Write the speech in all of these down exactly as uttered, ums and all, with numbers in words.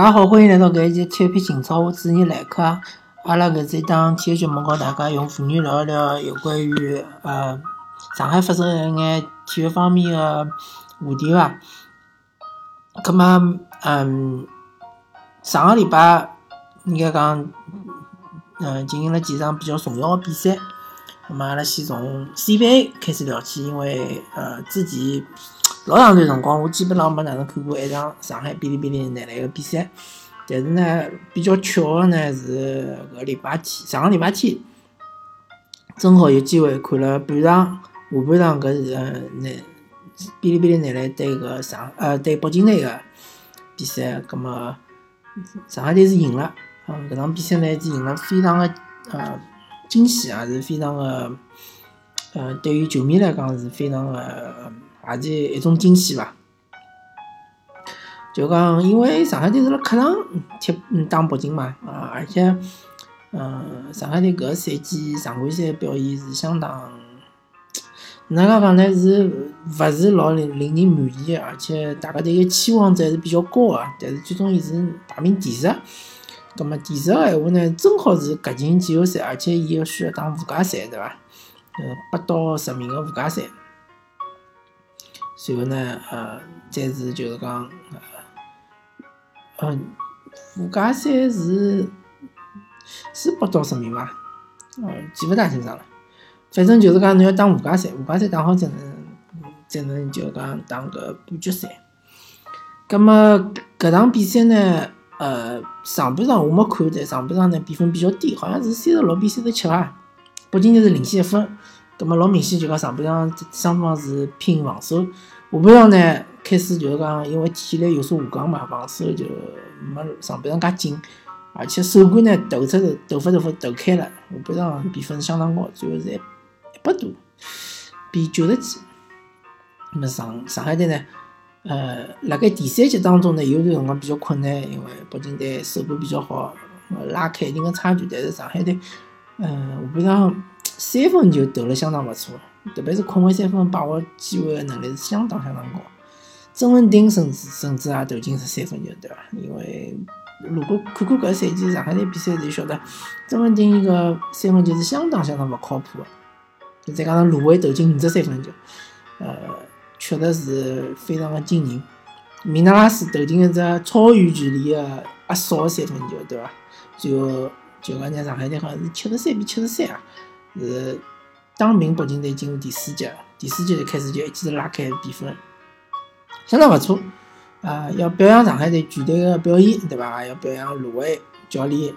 家好，欢迎来到搿一期体育篇情操，我主持人来客。阿拉搿是一档体育节目，和大家用妇女聊一聊有关于呃上海发生的一眼体育方面的话题伐。葛末嗯，上个礼拜应该讲嗯进行了几场比较重要的比赛。葛末阿拉先从 C B A 开始聊起，因为呃之前老长段辰光我基本上没哪能看过一场上海哔哩哔哩男篮的比赛。但是呢，比较巧的呢是搿礼拜天，上个礼拜天正好有机会看了半场，下半场搿是呃男哔哩哔哩男篮对搿上呃对北京队个比赛，葛末上海队是赢了，嗯，搿场比赛呢是赢了，非常的呃惊喜啊，是非常的呃对于球迷来讲是非常的也是一种惊喜伐。就讲，因为上海队是辣客场踢嗯打北京嘛，啊，而且，嗯、呃，上海队搿个赛季常规赛表现是相当，哪能讲呢？是勿是老令令人满意的，而且大家对伊期望值还是比较高的。但是最终伊是排名第十，葛末第十个闲话呢，正好是搿进季后赛，而且伊要需要打附加赛，对伐？呃，八到十名个附加赛，随后呢，呃，再是就是讲。嗯，附加赛是是八到十名伐？哦，记勿大清爽了。反正就是讲侬要打附加赛，附加赛打好才能才能就讲打个半决赛。葛末搿场比赛呢，呃，上半场我没看，但上半场呢比分比较低，好像是三十六比三十七啊。北京队是领先一分，葛末老明显就讲上半场双方是拼防守，下半场呢。开始就是讲，因为体力有所下降嘛，防守就没上半场介紧，而且手感呢抖出抖发抖发抖开了，下半场比分相当高，最后是一一百多比九十几。那么上上海队呢，呃，辣盖第三节当中呢，有段辰光比较困难，因为北京队手感比较好，拉开一定的差距，但是上海队，嗯、呃，下半场三分球投了相当不错，特别是空位三分把握机会的能力是相当相当高。曾文鼎甚至甚至也投进十三分球，对伐？因为如果看看搿个赛季上海队比赛，就晓得曾文鼎伊个三分球是相当相当勿靠谱的。再加上卢伟投进五十三分球，呃，确实是非常的惊人。米纳拉斯投进一只超远距离的压哨的三分球，对伐？最后就讲让上海队好像是七十三比七十三啊，是打平北京队进入第四节，第四节就开始就一记头拉开比分。相当不错啊、呃！要表扬上海队全队的表现，对吧？要表扬卢伟教练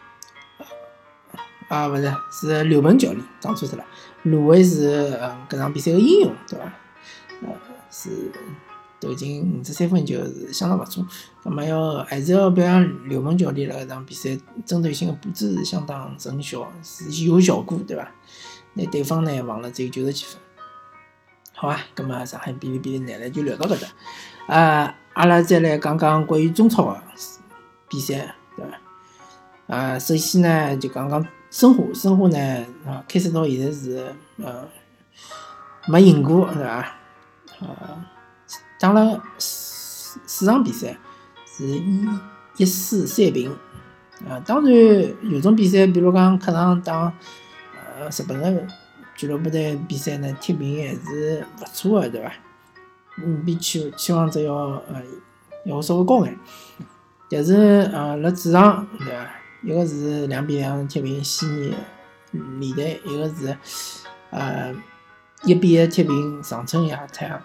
啊，不是是刘鹏教练，讲错了。卢伟是嗯搿场比赛的英雄，对吧？呃，是投进五十三分球是相当不错。那么要还是要表扬刘鹏教练了，搿场比赛针对性的布置是相当成效，是有效果，对吧？那对方呢忘了只有九十几分。好啊，咁么上海哔哩哔哩男篮就聊到搿搭。啊，阿拉再来讲讲关于中超的比赛，对伐？啊，首先呢就讲讲申花，申花呢啊开始到现在是呃没赢过，对伐？啊，打了四四场比赛，是一一输三平。啊，当然有种比赛，比如讲客场打呃日本的。俱乐部队比赛呢，踢平还是不错的，对伐？嗯，比期期望值要呃要稍微高眼。但是呃，辣主场对伐？一个是两比两踢平悉尼联队，一个是呃一比一踢平长春亚泰阳。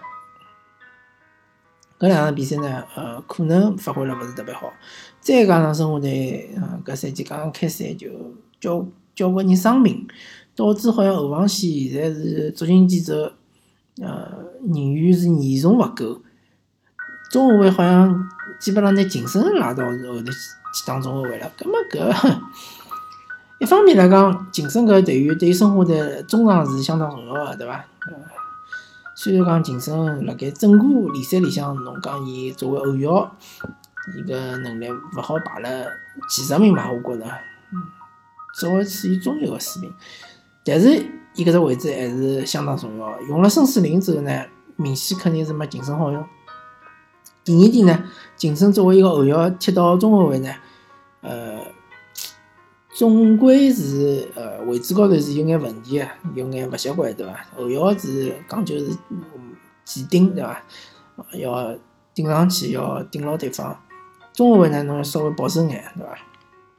搿两场比赛呢，呃，可能发挥了勿是特别好。再加上申花队啊，搿赛季刚刚开赛就交交关人伤病。导致好像后防线现在是逐渐减走，呃，人员是严重勿够。中后卫好像基本上拿晋升拉到后头去当中后卫了。葛末搿一方面来讲，晋升搿队员对于申花队中场是相当重要的，对伐？呃，虽然讲晋升辣盖整个联赛里向，侬讲伊作为后腰，伊个能力勿好排了前十名吧，我觉着，嗯，只会处于中游个水平。但是伊搿只位置还是相当重要的，用了申世林之后呢，明显肯定是没晋升好用。 第二点呢，晋升作为一个后腰踢到中后卫呢，呃，总归是呃位置高头是有眼问题的，有眼勿习惯，对伐？后腰是讲究是前顶，对伐？要顶上去，要顶牢对方。中后卫呢，侬稍微保守眼，对伐？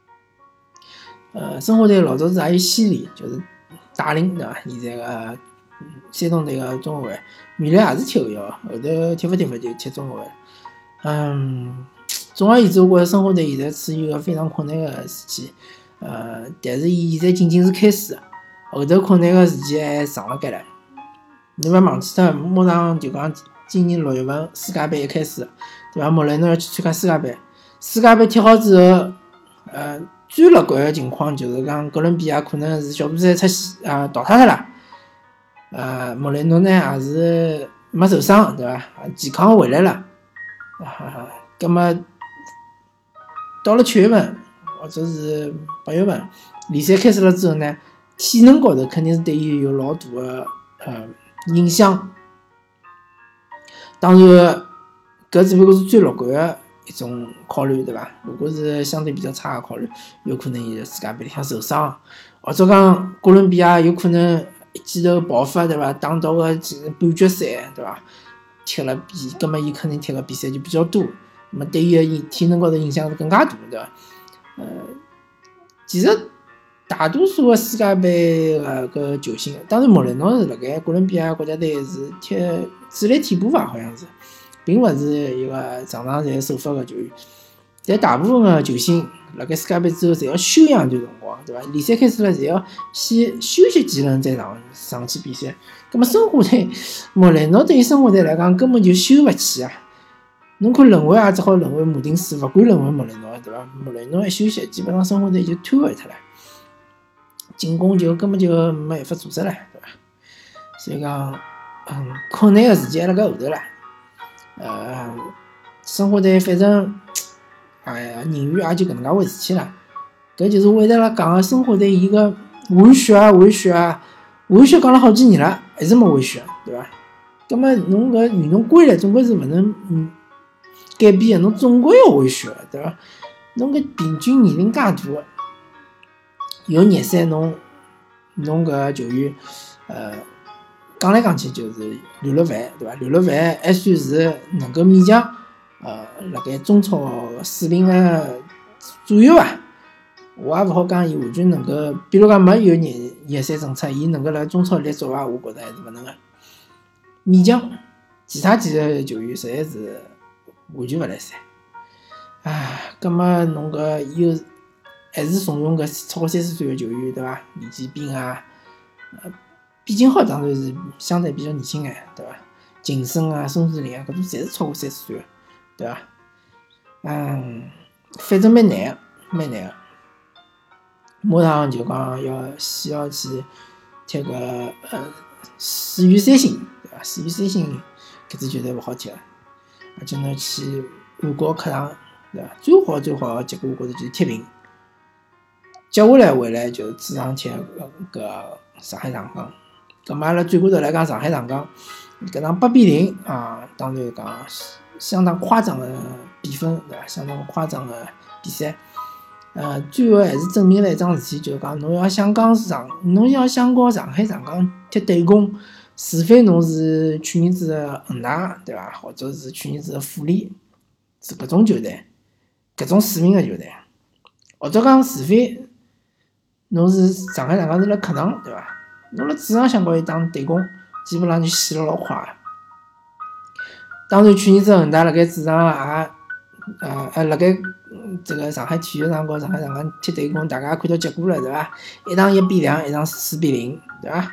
呃，申花队老早子也有先例，就是大林，对伐？现在个山东队个中后卫，原来也是踢后腰，后头踢勿踢勿就踢中后卫。嗯，总而言之，我觉着申花队现在处于一个非常困难个时期。呃，但是伊现在仅仅是开始，后头困难个时期还长辣盖唻。侬勿要忘记脱，马上就讲今年六月份世界杯一开始，对伐？莫雷诺要去参加世界杯，世界杯踢好之后，呃，最乐观个情况就是讲哥伦比亚可能是小组赛出线啊淘汰脱了。呃，莫雷诺呢也是没受伤，对伐？健康回来了。啊，葛么到了七月份或者是八月份，联赛开始了之后呢，体能高头肯定是对伊有老大的呃影响。当然，搿只不过是最乐观的一种考虑，对伐？如果是相对比较差的考虑，有可能伊世界杯里向受伤，或者讲哥伦比亚有可能一记头爆发，对伐？打到个半决赛，对伐？踢了比，葛么伊肯定踢个比赛就比较多，那么对伊个体能高头影响是更加大，对伐？呃，其实大多数个世界杯个搿球星，当然莫雷诺是辣盖哥伦比亚国家队是踢主力替补伐，好像是，并勿是一个场上侪首发个球员。但大部分个球星辣盖世界杯之后，侪要休养一段辰光，对伐？联赛开始了，侪要先休息几轮再上上去比赛。咁么申花队莫雷诺对于申花队来讲根本就休勿起啊！侬看轮换也只好轮换马丁斯，勿管轮换莫雷诺，对伐？莫雷诺一休息，基本上申花队就瘫痪脱了，进攻就根本就没办法做出来，对伐？所以讲，嗯，困难个时间还辣盖后头了。呃，申花队反正，哎呀，人员也就搿能介回事体了。搿就是为了拉讲个申花队伊个换血啊，换血啊，换血讲了好几年了。还是没回血，对伐？葛么侬搿运动规律总归是勿能嗯改变的，侬总归要回血，对伐？侬搿平均年龄介大个，有廿岁侬侬搿球员，呃，讲来讲去就是刘乐凡，对伐？刘乐凡还算是能够勉强，呃，辣盖中超水平个左右伐？我也勿好讲伊完全能够，比如讲没有廿廿三政策，伊能够辣中超立足伐？我觉着还是勿能个，勉强。其他几个球员实在是完全勿来三。唉，葛末侬搿又还是重用搿超过三十岁个球员，对伐？李继斌啊，呃，毕金浩当然是相对比较年轻眼，对伐？秦升啊、孙世林啊，搿都侪是超过三十岁个，对伐？嗯，反正蛮难个，蛮难个。马上就讲要先要去踢个呃世羽三星，对伐？世羽三星搿支球队勿好踢，而且侬去韩国客场，对伐？最好最好个结果，我觉着就是踢平。接下来回来就主场踢搿上海上港。咁嘛，阿拉转过头来讲上海上港搿场八比零啊，当然讲相当夸张个比分，对伐？相当夸张个比赛。呃，最后还是证明了一桩事体，就是讲侬要想讲上，侬要想和上海上港踢对攻，除非侬是去年子的恒大，对伐？或者是去年子的富力，是搿种球队，搿种水平的球队，或者讲除非侬是上海上港是辣客场，对伐？侬辣主场想和伊打对攻，基本上就死了老快了。当然，去年子恒大辣盖主场也，呃，呃，辣盖这个上海体育场和上海上港踢对攻，大家也看到结果了，对伐？一场一比两，一场四比零，对伐？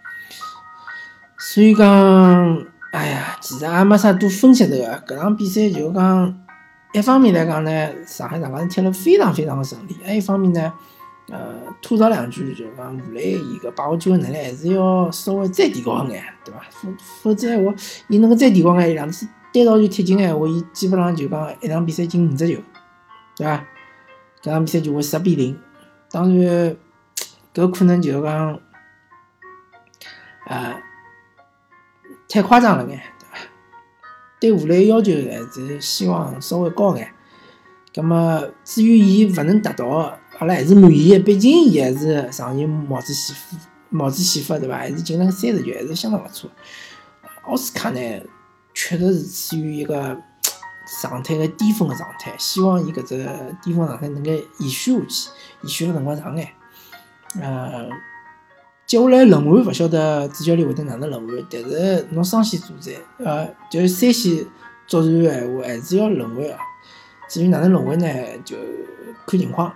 所以讲，哎呀，其实也没啥多分析头个。搿场比赛就讲，一方面来讲呢，上海上港踢了非常非常的顺利；，还一方面呢，呃，吐槽两句，就讲武磊伊个把握机会能力还是要稍微再提高眼，对伐？否否则闲话，伊能够再提高眼，两次单刀就踢进闲话，伊基本上就讲一场比赛进五只球，对伐？搿场比赛就会十比零。当然，搿可能就讲，呃，太夸张了眼，对伐？ 对武磊要求还是希望稍微高眼。咁么至于伊勿能达到，阿拉还是满意的，毕竟伊还是上任毛主席夫毛主席夫对伐？还是进了三十局，还是相当勿错。奥斯卡呢，确实是处于一个状态的巅峰的状态，希望伊搿只巅峰状态能够延续下去，延续了辰光长眼。呃，接下来轮换勿晓得主教练会得哪能轮换，但是侬双线作战，呃，就是三线作战的闲话，还是要轮换的。至于哪能轮换呢，就看情况。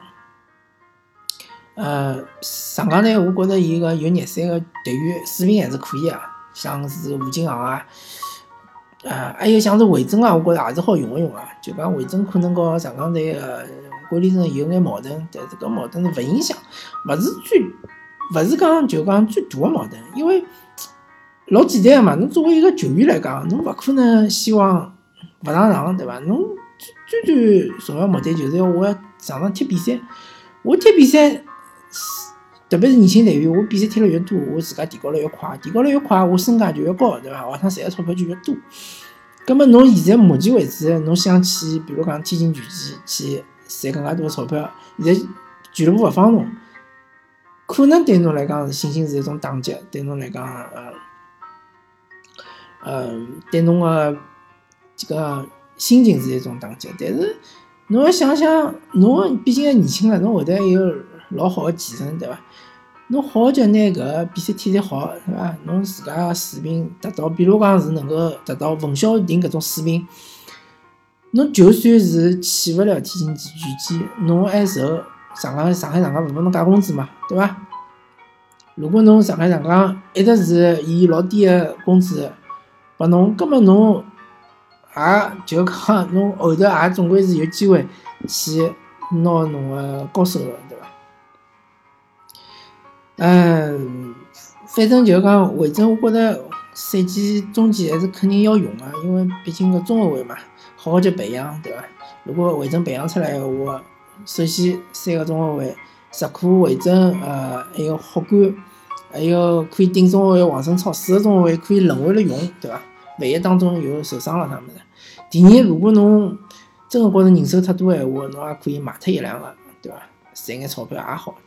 呃，上港呢，我觉着伊个有热身个队员水平还是可以啊，像是吴金航啊。啊，还有像是韦珍啊，我觉着也是好用一用啊。就讲韦珍可能和上港队个管理层有眼矛盾，但是搿矛盾是勿影响，勿是最，勿是讲就讲最大的矛盾。因为老简单个嘛，侬作为一个球员来讲，侬勿可能希望勿上场，对伐？侬最最最重要目的就是要我上场踢比赛，我踢比赛，特别是年轻队员，我比赛踢了越多，我自家提高了越快，提高了越快，我身价就越高，对伐？下趟赚个钞票就越多。葛末侬现在目前为止，侬想去，比如讲天津权健去赚更加多的钞票，现在俱乐部勿放侬，可能对侬来讲信心是一种打击，对侬来讲，呃，呃，对侬个这个心情是一种打击。但是侬要想想，侬毕竟还年轻了，侬后头还有老好的前程，对伐？侬好叫拿搿比赛踢得好，对伐？侬自家水平达到，比如讲是能够达到冯潇霆搿种水平，侬就算是去勿了天津权健，侬还受上港上海上港勿拨侬加工资嘛，对伐？如果侬上海上港一直是以老低的工资拨侬，葛末侬也就讲侬后头也总归是有机会去拿侬个高收入，对伐？嗯，反正就讲韦珍，我觉着赛季中期还是肯定要用个，因为毕竟个中后卫嘛，好好去培养，对伐？如果韦珍培养出来个话，首先三个中后卫，石库、韦珍，呃，还有霍干，还有可以顶中后卫王胜超，四个中后卫可以轮换了用，对伐？万一当中有受伤了啥物事。第二，如果侬真个觉着人手太多闲话，侬也可以卖脱一两个，对伐？赚眼钞票也好。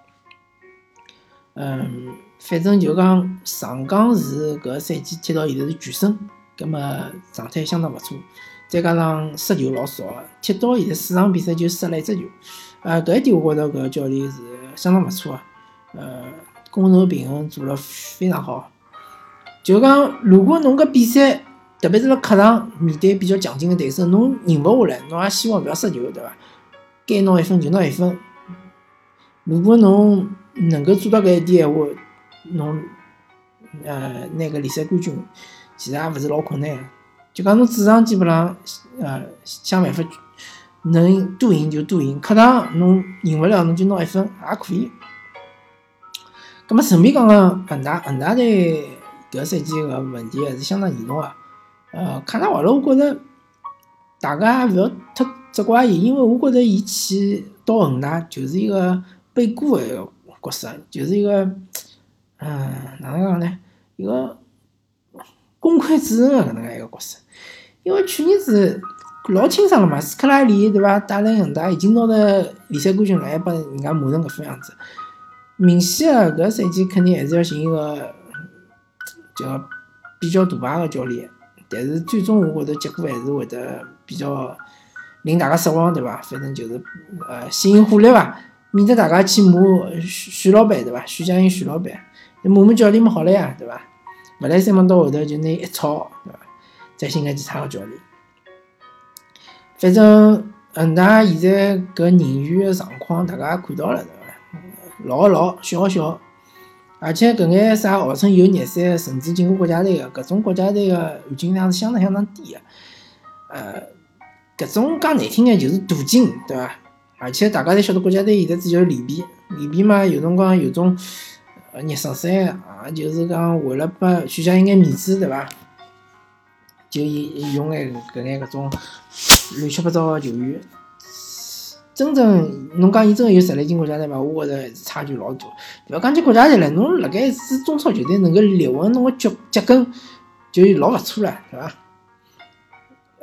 嗯，反正就讲上港是搿赛季踢到现在是全胜，葛末状态相当勿错，再加上失球老少，踢到现在四场比赛就失了一只球，呃，搿一点我觉着搿教练是相当勿错啊，呃，攻守平衡做了非常好。就讲如果侬搿比赛，特别是辣客场面对比较强劲的对手，侬赢勿下来，侬也希望勿要失球，对伐？该拿一分就拿一分。如果侬能够做到搿一点闲话，侬呃拿个联赛冠军，其实也勿是老困难。就讲侬主场基本上呃想办法能多赢就多赢，客场侬赢勿了侬就拿一分也可以。咁么顺便讲讲恒大，恒大队搿赛季个问题还是相当严重个。呃，卡纳瓦罗，我觉着大家也勿要太责怪伊，因为我觉着伊去到恒大就是一个背锅的一个角色，就是一个，嗯，哪能讲呢？一个公开主任的搿能介一个角色。因为去年子老清爽了嘛，斯科拉里对伐？带领恒大已经拿着联赛冠军了，还把人家骂成搿副样子。明显啊，搿赛季肯定还是要寻一个叫比较大牌的教练，但是最终我觉着结果还是会得比较令大家失望，对伐？反正就是呃吸引火力伐，免得大家去骂徐徐老板，对伐？徐家印徐老板，骂骂教练嘛好了呀，对伐？勿来三帮到后头就拿一抄，对伐？再寻个其他的教练。反正恒大现在搿人员的状况，大家也看到了，对伐？老个老，小个小，而且搿眼啥号称有热身，甚至进过国家队个，搿种国家队个含金量是相当相当低个。呃，搿种讲难听眼就是镀金，对伐？而且大家侪晓得国家队现在追求利弊，利弊嘛，有辰光有种呃热身赛啊，就是讲为了拨徐家印眼面子，对伐？就用眼搿眼搿种乱七八糟个球员。真正侬讲伊真个有实力进国家队伐？我觉着还是差距老大。勿要讲进国家队了，侬辣盖是中超球队能够立稳侬个脚脚跟，就老勿错了，对伐？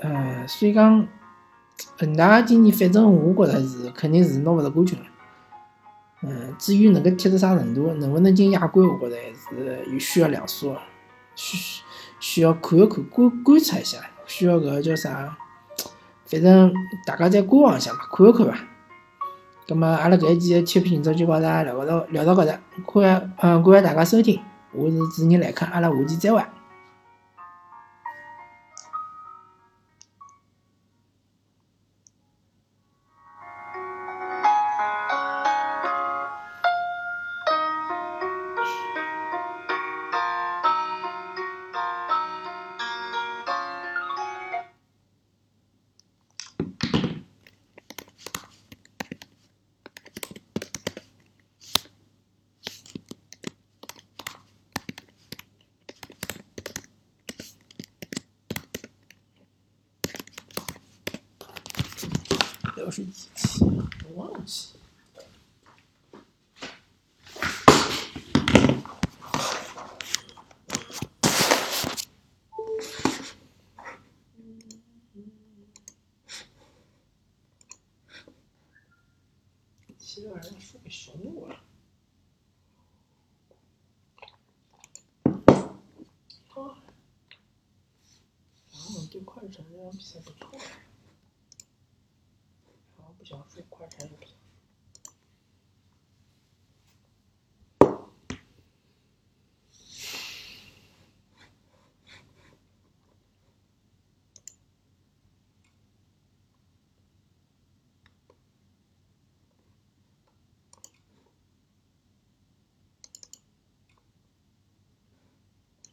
呃，所以讲恒大今年反正我觉着是肯定是拿勿着冠军了。嗯，至于能够踢到啥程度，能不能进亚冠，我觉着还是有需要两说，需需要看一看观观察一下，需要搿叫啥？反正大家再观望一下吧，看一看吧。咁么，阿拉搿一期的体育频道就告大家聊到聊到搿搭，欢嗯感谢大家收听，我是主持人来客，阿拉下期再会。聊是几期？我忘记。其实晚上说给熊我了。啊，然后对快船这场比赛不错。然后不想说快船就不想。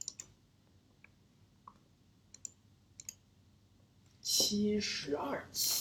七十二期。